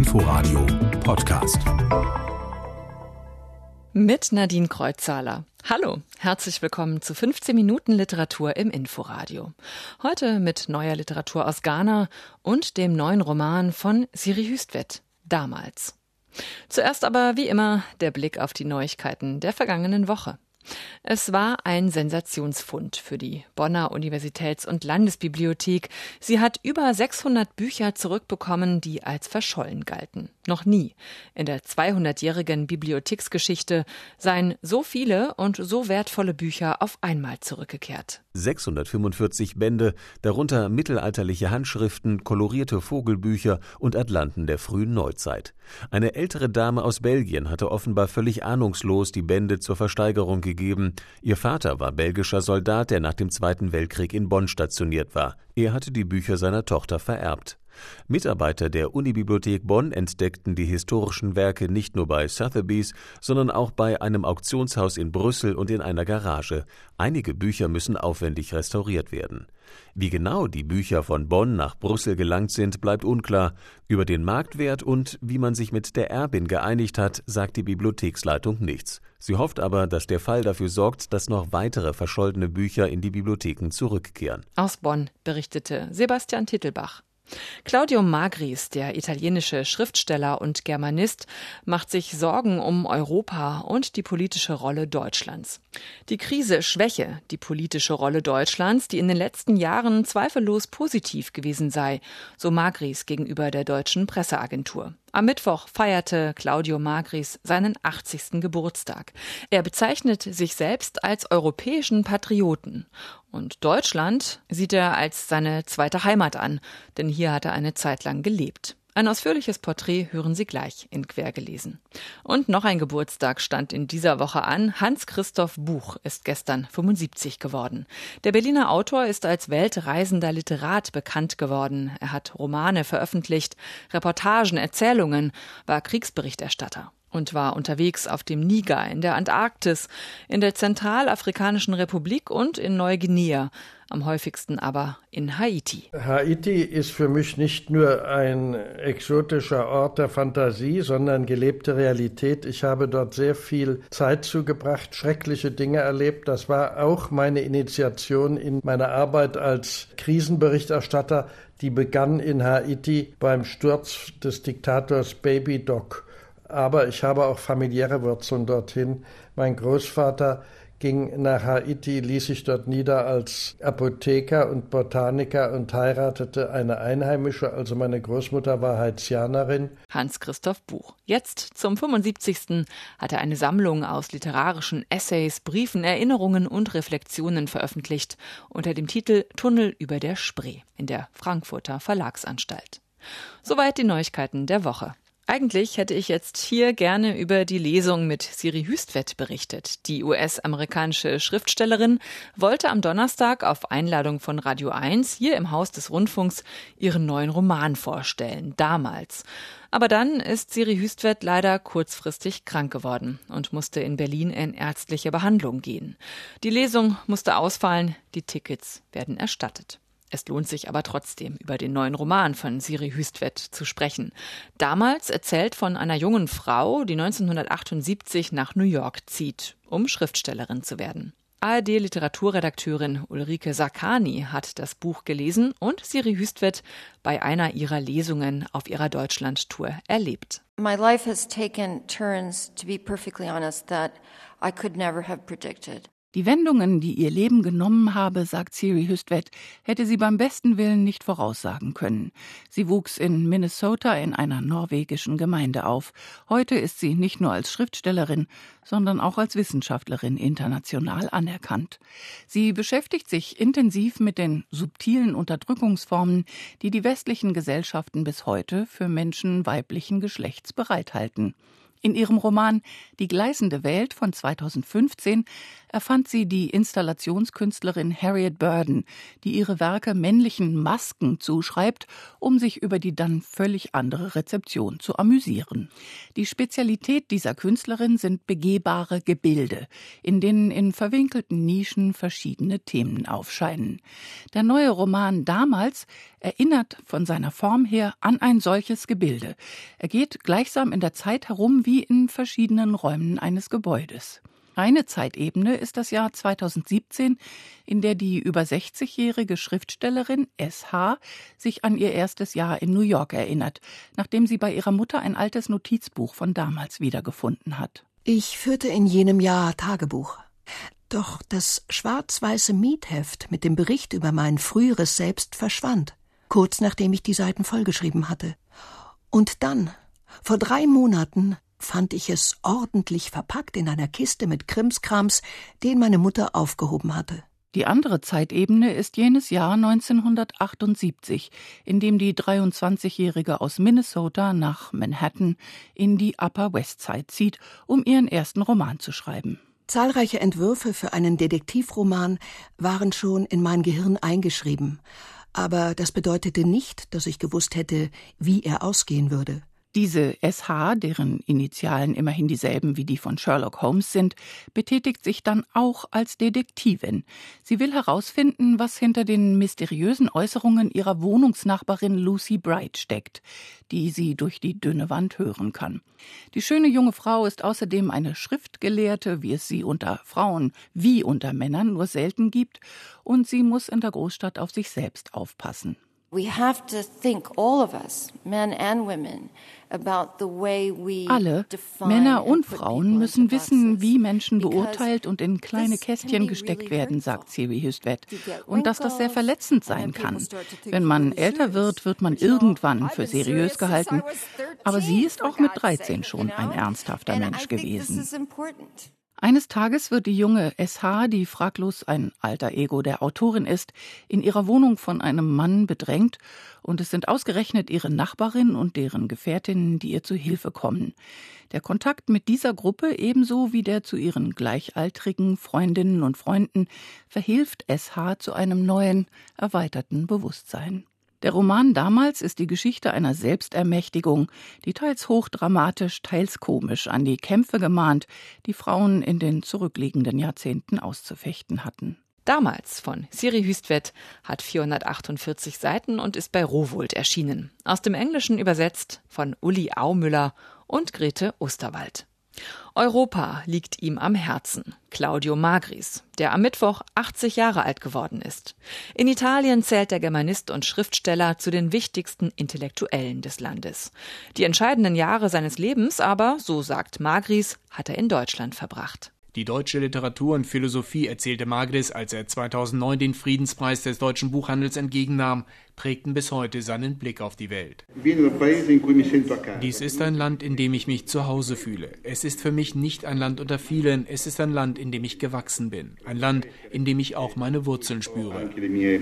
Inforadio Podcast. Mit Nadine Kreuzzahler. Hallo, herzlich willkommen zu 15 Minuten Literatur im Inforadio. Heute mit neuer Literatur aus Ghana und dem neuen Roman von Siri Hustvedt, Damals. Zuerst aber wie immer der Blick auf die Neuigkeiten der vergangenen Woche. Es war ein Sensationsfund für die Bonner Universitäts- und Landesbibliothek. Sie hat über 600 Bücher zurückbekommen, die als verschollen galten. Noch nie in der 200-jährigen Bibliotheksgeschichte seien so viele und so wertvolle Bücher auf einmal zurückgekehrt. 645 Bände, darunter mittelalterliche Handschriften, kolorierte Vogelbücher und Atlanten der frühen Neuzeit. Eine ältere Dame aus Belgien hatte offenbar völlig ahnungslos die Bände zur Versteigerung gegeben. Ihr Vater war belgischer Soldat, der nach dem Zweiten Weltkrieg in Bonn stationiert war. Er hatte die Bücher seiner Tochter vererbt. Mitarbeiter der Unibibliothek Bonn entdeckten die historischen Werke nicht nur bei Sotheby's, sondern auch bei einem Auktionshaus in Brüssel und in einer Garage. Einige Bücher müssen aufwendig restauriert werden. Wie genau die Bücher von Bonn nach Brüssel gelangt sind, bleibt unklar. Über den Marktwert und wie man sich mit der Erbin geeinigt hat, sagt die Bibliotheksleitung nichts. Sie hofft aber, dass der Fall dafür sorgt, dass noch weitere verschollene Bücher in die Bibliotheken zurückkehren. Aus Bonn berichtete Sebastian Tittelbach. Claudio Magris, der italienische Schriftsteller und Germanist, macht sich Sorgen um Europa und die politische Rolle Deutschlands. Die Krise schwäche die politische Rolle Deutschlands, die in den letzten Jahren zweifellos positiv gewesen sei, so Magris gegenüber der deutschen Presseagentur. Am Mittwoch feierte Claudio Magris seinen 80. Geburtstag. Er bezeichnet sich selbst als europäischen Patrioten. Und Deutschland sieht er als seine zweite Heimat an, denn hier hat er eine Zeit lang gelebt. Ein ausführliches Porträt hören Sie gleich in Quergelesen. Und noch ein Geburtstag stand in dieser Woche an. Hans-Christoph Buch ist gestern 75 geworden. Der Berliner Autor ist als weltreisender Literat bekannt geworden. Er hat Romane veröffentlicht, Reportagen, Erzählungen, war Kriegsberichterstatter und war unterwegs auf dem Niger, in der Antarktis, in der Zentralafrikanischen Republik und in Neuguinea, am häufigsten aber in Haiti. Haiti ist für mich nicht nur ein exotischer Ort der Fantasie, sondern gelebte Realität. Ich habe dort sehr viel Zeit zugebracht, schreckliche Dinge erlebt. Das war auch meine Initiation in meiner Arbeit als Krisenberichterstatter. Die begann in Haiti beim Sturz des Diktators Baby Doc. Aber ich habe auch familiäre Wurzeln dorthin. Mein Großvater ging nach Haiti, ließ sich dort nieder als Apotheker und Botaniker und heiratete eine Einheimische, also meine Großmutter war Haitianerin. Hans-Christoph Buch. Jetzt, zum 75. hat er eine Sammlung aus literarischen Essays, Briefen, Erinnerungen und Reflexionen veröffentlicht, unter dem Titel Tunnel über der Spree in der Frankfurter Verlagsanstalt. Soweit die Neuigkeiten der Woche. Eigentlich hätte ich jetzt hier gerne über die Lesung mit Siri Hustvedt berichtet. Die US-amerikanische Schriftstellerin wollte am Donnerstag auf Einladung von Radio 1 hier im Haus des Rundfunks ihren neuen Roman vorstellen, Damals. Aber dann ist Siri Hustvedt leider kurzfristig krank geworden und musste in Berlin in ärztliche Behandlung gehen. Die Lesung musste ausfallen, die Tickets werden erstattet. Es lohnt sich aber trotzdem, über den neuen Roman von Siri Hustvedt zu sprechen. Damals erzählt von einer jungen Frau, die 1978 nach New York zieht, um Schriftstellerin zu werden. ARD-Literaturredakteurin Ulrike Sarkany hat das Buch gelesen und Siri Hustvedt bei einer ihrer Lesungen auf ihrer Deutschlandtour erlebt. My life has taken turns, to be perfectly honest, that I could never have predicted. Die Wendungen, die ihr Leben genommen habe, sagt Siri Hustvedt, hätte sie beim besten Willen nicht voraussagen können. Sie wuchs in Minnesota in einer norwegischen Gemeinde auf. Heute ist sie nicht nur als Schriftstellerin, sondern auch als Wissenschaftlerin international anerkannt. Sie beschäftigt sich intensiv mit den subtilen Unterdrückungsformen, die die westlichen Gesellschaften bis heute für Menschen weiblichen Geschlechts bereithalten. In ihrem Roman »Die gleißende Welt« von 2015 erfand sie die Installationskünstlerin Harriet Burden, die ihre Werke männlichen Masken zuschreibt, um sich über die dann völlig andere Rezeption zu amüsieren. Die Spezialität dieser Künstlerin sind begehbare Gebilde, in denen in verwinkelten Nischen verschiedene Themen aufscheinen. Der neue Roman »Damals« erinnert von seiner Form her an ein solches Gebilde. Er geht gleichsam in der Zeit herum wie in verschiedenen Räumen eines Gebäudes. Eine Zeitebene ist das Jahr 2017, in der die über 60-jährige Schriftstellerin S.H. sich an ihr erstes Jahr in New York erinnert, nachdem sie bei ihrer Mutter ein altes Notizbuch von damals wiedergefunden hat. Ich führte in jenem Jahr Tagebuch. Doch das schwarz-weiße Mietheft mit dem Bericht über mein früheres Selbst verschwand, kurz nachdem ich die Seiten vollgeschrieben hatte. Und dann, vor 3 Monaten, fand ich es ordentlich verpackt in einer Kiste mit Krimskrams, den meine Mutter aufgehoben hatte. Die andere Zeitebene ist jenes Jahr 1978, in dem die 23-Jährige aus Minnesota nach Manhattan in die Upper West Side zieht, um ihren ersten Roman zu schreiben. Zahlreiche Entwürfe für einen Detektivroman waren schon in mein Gehirn eingeschrieben, aber das bedeutete nicht, dass ich gewusst hätte, wie er ausgehen würde. Diese S.H., deren Initialen immerhin dieselben wie die von Sherlock Holmes sind, betätigt sich dann auch als Detektivin. Sie will herausfinden, was hinter den mysteriösen Äußerungen ihrer Wohnungsnachbarin Lucy Bright steckt, die sie durch die dünne Wand hören kann. Die schöne junge Frau ist außerdem eine Schriftgelehrte, wie es sie unter Frauen wie unter Männern nur selten gibt, und sie muss in der Großstadt auf sich selbst aufpassen. We have to think, all of us, men and women, about the way we Alle, Männer und Frauen, müssen wissen, wie Menschen beurteilt und in kleine Kästchen gesteckt werden, sagt Siri Hustvedt. Und dass das sehr verletzend sein kann. Wenn man älter wird, wird man irgendwann für seriös gehalten. Aber sie ist auch mit 13 schon ein ernsthafter Mensch gewesen. Eines Tages wird die junge S.H., die fraglos ein alter Ego der Autorin ist, in ihrer Wohnung von einem Mann bedrängt, und es sind ausgerechnet ihre Nachbarin und deren Gefährtinnen, die ihr zu Hilfe kommen. Der Kontakt mit dieser Gruppe, ebenso wie der zu ihren gleichaltrigen Freundinnen und Freunden, verhilft S.H. zu einem neuen, erweiterten Bewusstsein. Der Roman damals ist die Geschichte einer Selbstermächtigung, die teils hochdramatisch, teils komisch an die Kämpfe gemahnt, die Frauen in den zurückliegenden Jahrzehnten auszufechten hatten. Damals von Siri Hustvedt, hat 448 Seiten und ist bei Rowohlt erschienen. Aus dem Englischen übersetzt von Uli Aumüller und Grete Osterwald. Europa liegt ihm am Herzen. Claudio Magris, der am Mittwoch 80 Jahre alt geworden ist. In Italien zählt der Germanist und Schriftsteller zu den wichtigsten Intellektuellen des Landes. Die entscheidenden Jahre seines Lebens aber, so sagt Magris, hat er in Deutschland verbracht. Die deutsche Literatur und Philosophie, erzählte Magris, als er 2009 den Friedenspreis des deutschen Buchhandels entgegennahm, prägten bis heute seinen Blick auf die Welt. Dies ist ein Land, in dem ich mich zu Hause fühle. Es ist für mich nicht ein Land unter vielen, es ist ein Land, in dem ich gewachsen bin. Ein Land, in dem ich auch meine Wurzeln spüre.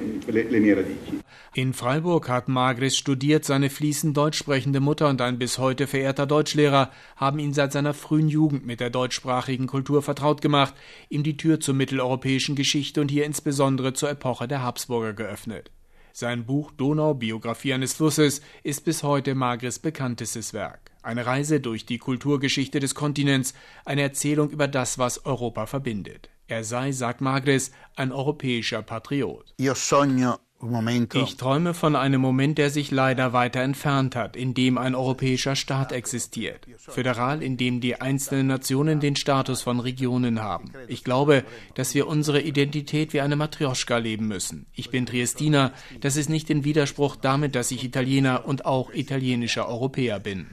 In Freiburg hat Magris studiert, seine fließend deutsch sprechende Mutter und ein bis heute verehrter Deutschlehrer haben ihn seit seiner frühen Jugend mit der deutschsprachigen Kultur vertraut gemacht, ihm die Tür zur mitteleuropäischen Geschichte und hier insbesondere zur Epoche der Habsburger geöffnet. Sein Buch Donau, Biografie eines Flusses, ist bis heute Magris' bekanntestes Werk. Eine Reise durch die Kulturgeschichte des Kontinents, eine Erzählung über das, was Europa verbindet. Er sei, sagt Magris, ein europäischer Patriot. Ich träume von einem Moment, der sich leider weiter entfernt hat, in dem ein europäischer Staat existiert. Föderal, in dem die einzelnen Nationen den Status von Regionen haben. Ich glaube, dass wir unsere Identität wie eine Matrjoschka leben müssen. Ich bin Triestiner, das ist nicht in Widerspruch damit, dass ich Italiener und auch italienischer Europäer bin.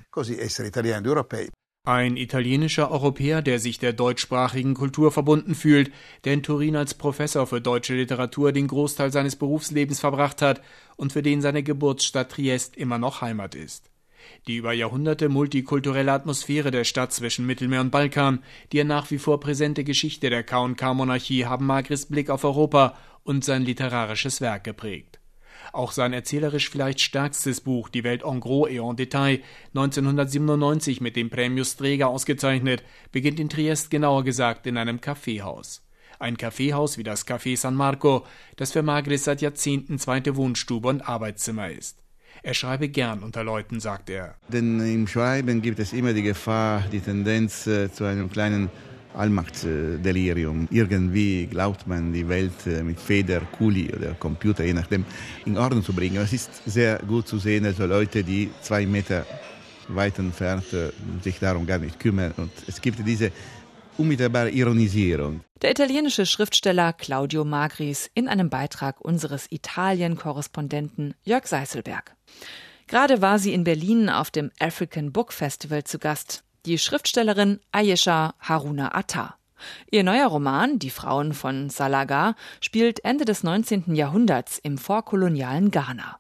Ein italienischer Europäer, der sich der deutschsprachigen Kultur verbunden fühlt, der in Turin als Professor für deutsche Literatur den Großteil seines Berufslebens verbracht hat und für den seine Geburtsstadt Triest immer noch Heimat ist. Die über Jahrhunderte multikulturelle Atmosphäre der Stadt zwischen Mittelmeer und Balkan, die nach wie vor präsente Geschichte der K&K-Monarchie haben Magris' Blick auf Europa und sein literarisches Werk geprägt. Auch sein erzählerisch vielleicht stärkstes Buch, Die Welt en gros et en Detail, 1997 mit dem Premio Strega ausgezeichnet, beginnt in Triest, genauer gesagt in einem Kaffeehaus. Ein Kaffeehaus wie das Café San Marco, das für Magris seit Jahrzehnten zweite Wohnstube und Arbeitszimmer ist. Er schreibe gern unter Leuten, sagt er. Denn im Schreiben gibt es immer die Gefahr, die Tendenz zu einem kleinen Allmachtsdelirium. Irgendwie glaubt man, die Welt mit Feder, Kuli oder Computer, je nachdem, in Ordnung zu bringen. Es ist sehr gut zu sehen, also Leute, die 2 Meter weit entfernt sich darum gar nicht kümmern. Und es gibt diese unmittelbare Ironisierung. Der italienische Schriftsteller Claudio Magris in einem Beitrag unseres Italien-Korrespondenten Jörg Seißelberg. Gerade war sie in Berlin auf dem African Book Festival zu Gast. Die Schriftstellerin Ayesha Haruna Atta. Ihr neuer Roman, Die Frauen von Salaga, spielt Ende des 19. Jahrhunderts im vorkolonialen Ghana.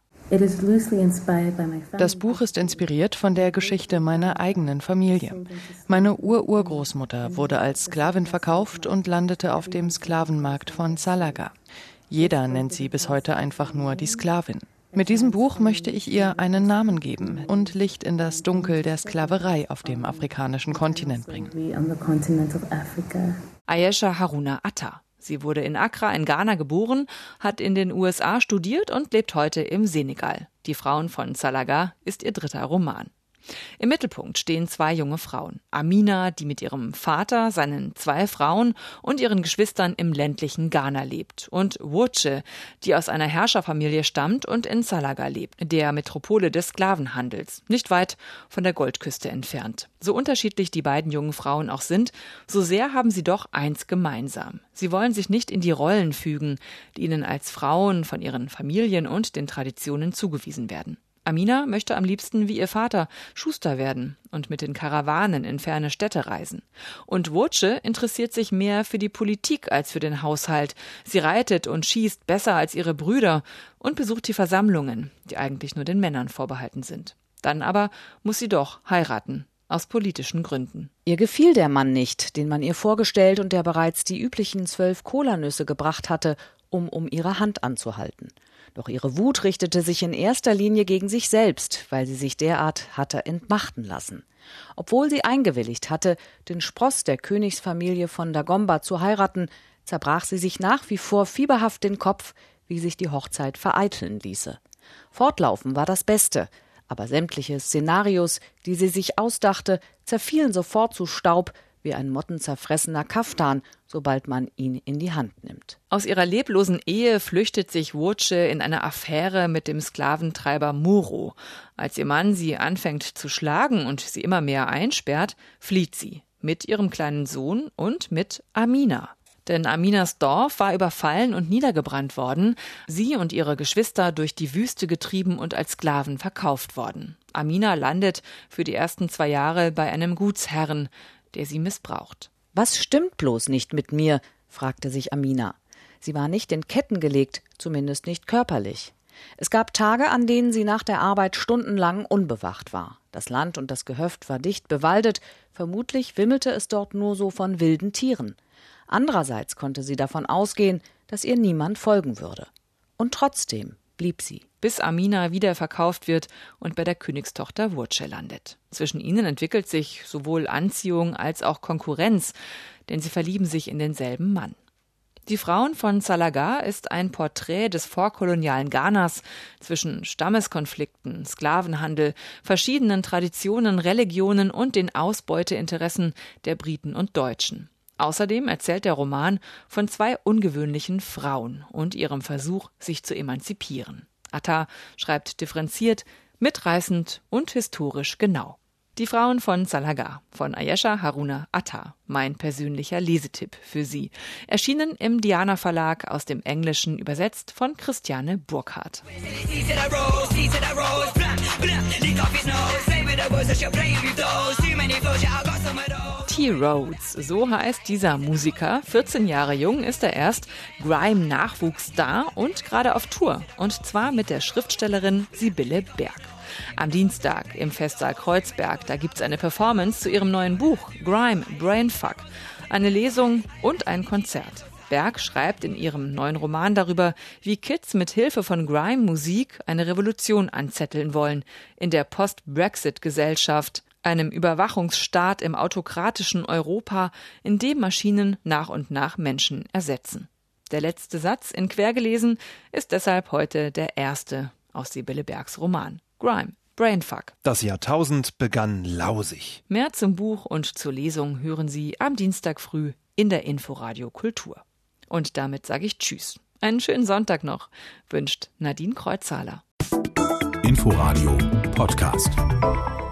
Das Buch ist inspiriert von der Geschichte meiner eigenen Familie. Meine Urgroßmutter wurde als Sklavin verkauft und landete auf dem Sklavenmarkt von Salaga. Jeder nennt sie bis heute einfach nur die Sklavin. Mit diesem Buch möchte ich ihr einen Namen geben und Licht in das Dunkel der Sklaverei auf dem afrikanischen Kontinent bringen. Ayesha Haruna Atta. Sie wurde in Accra in Ghana geboren, hat in den USA studiert und lebt heute im Senegal. Die Frauen von Salaga ist ihr 3. Roman. Im Mittelpunkt stehen 2 junge Frauen. Amina, die mit ihrem Vater, seinen 2 Frauen und ihren Geschwistern im ländlichen Ghana lebt. Und Woche, die aus einer Herrscherfamilie stammt und in Salaga lebt, der Metropole des Sklavenhandels, nicht weit von der Goldküste entfernt. So unterschiedlich die beiden jungen Frauen auch sind, so sehr haben sie doch eins gemeinsam. Sie wollen sich nicht in die Rollen fügen, die ihnen als Frauen von ihren Familien und den Traditionen zugewiesen werden. Amina möchte am liebsten wie ihr Vater Schuster werden und mit den Karawanen in ferne Städte reisen. Und Woche interessiert sich mehr für die Politik als für den Haushalt. Sie reitet und schießt besser als ihre Brüder und besucht die Versammlungen, die eigentlich nur den Männern vorbehalten sind. Dann aber muss sie doch heiraten, aus politischen Gründen. Ihr gefiel der Mann nicht, den man ihr vorgestellt und der bereits die üblichen 12 Kolanüsse gebracht hatte, um ihre Hand anzuhalten. Doch ihre Wut richtete sich in erster Linie gegen sich selbst, weil sie sich derart hatte entmachten lassen. Obwohl sie eingewilligt hatte, den Spross der Königsfamilie von Dagomba zu heiraten, zerbrach sie sich nach wie vor fieberhaft den Kopf, wie sich die Hochzeit vereiteln ließe. Fortlaufen war das Beste, aber sämtliche Szenarios, die sie sich ausdachte, zerfielen sofort zu Staub, wie ein mottenzerfressener Kaftan, sobald man ihn in die Hand nimmt. Aus ihrer leblosen Ehe flüchtet sich Woche in eine Affäre mit dem Sklaventreiber Moro. Als ihr Mann sie anfängt zu schlagen und sie immer mehr einsperrt, flieht sie mit ihrem kleinen Sohn und mit Amina. Denn Aminas Dorf war überfallen und niedergebrannt worden, sie und ihre Geschwister durch die Wüste getrieben und als Sklaven verkauft worden. Amina landet für die ersten 2 Jahre bei einem Gutsherren, der sie missbraucht. »Was stimmt bloß nicht mit mir?« fragte sich Amina. Sie war nicht in Ketten gelegt, zumindest nicht körperlich. Es gab Tage, an denen sie nach der Arbeit stundenlang unbewacht war. Das Land und das Gehöft war dicht bewaldet, vermutlich wimmelte es dort nur so von wilden Tieren. Andererseits konnte sie davon ausgehen, dass ihr niemand folgen würde. Und trotzdem blieb sie. Bis Amina wieder verkauft wird und bei der Königstochter Woche landet. Zwischen ihnen entwickelt sich sowohl Anziehung als auch Konkurrenz, denn sie verlieben sich in denselben Mann. Die Frauen von Salaga ist ein Porträt des vorkolonialen Ghanas zwischen Stammeskonflikten, Sklavenhandel, verschiedenen Traditionen, Religionen und den Ausbeuteinteressen der Briten und Deutschen. Außerdem erzählt der Roman von 2 ungewöhnlichen Frauen und ihrem Versuch, sich zu emanzipieren. Atta schreibt differenziert, mitreißend und historisch genau. Die Frauen von Salaga von Ayesha Haruna Atta, mein persönlicher Lesetipp für Sie. Erschienen im Diana Verlag, aus dem Englischen übersetzt von Christiane Burkhardt. T. Rhodes, so heißt dieser Musiker. 14 Jahre jung ist er erst, Grime-Nachwuchsstar und gerade auf Tour. Und zwar mit der Schriftstellerin Sibylle Berg. Am Dienstag im Festsaal Kreuzberg, da gibt's eine Performance zu ihrem neuen Buch Grime, Brainfuck, eine Lesung und ein Konzert. Berg schreibt in ihrem neuen Roman darüber, wie Kids mit Hilfe von Grime-Musik eine Revolution anzetteln wollen in der Post-Brexit-Gesellschaft, einem Überwachungsstaat im autokratischen Europa, in dem Maschinen nach und nach Menschen ersetzen. Der letzte Satz in Quergelesen ist deshalb heute der erste aus Sibylle Bergs Roman. Grime, Brainfuck. Das Jahrtausend begann lausig. Mehr zum Buch und zur Lesung hören Sie am Dienstag früh in der Inforadio Kultur. Und damit sage ich Tschüss. Einen schönen Sonntag noch, wünscht Nadine Kreuzhaler. Inforadio Podcast.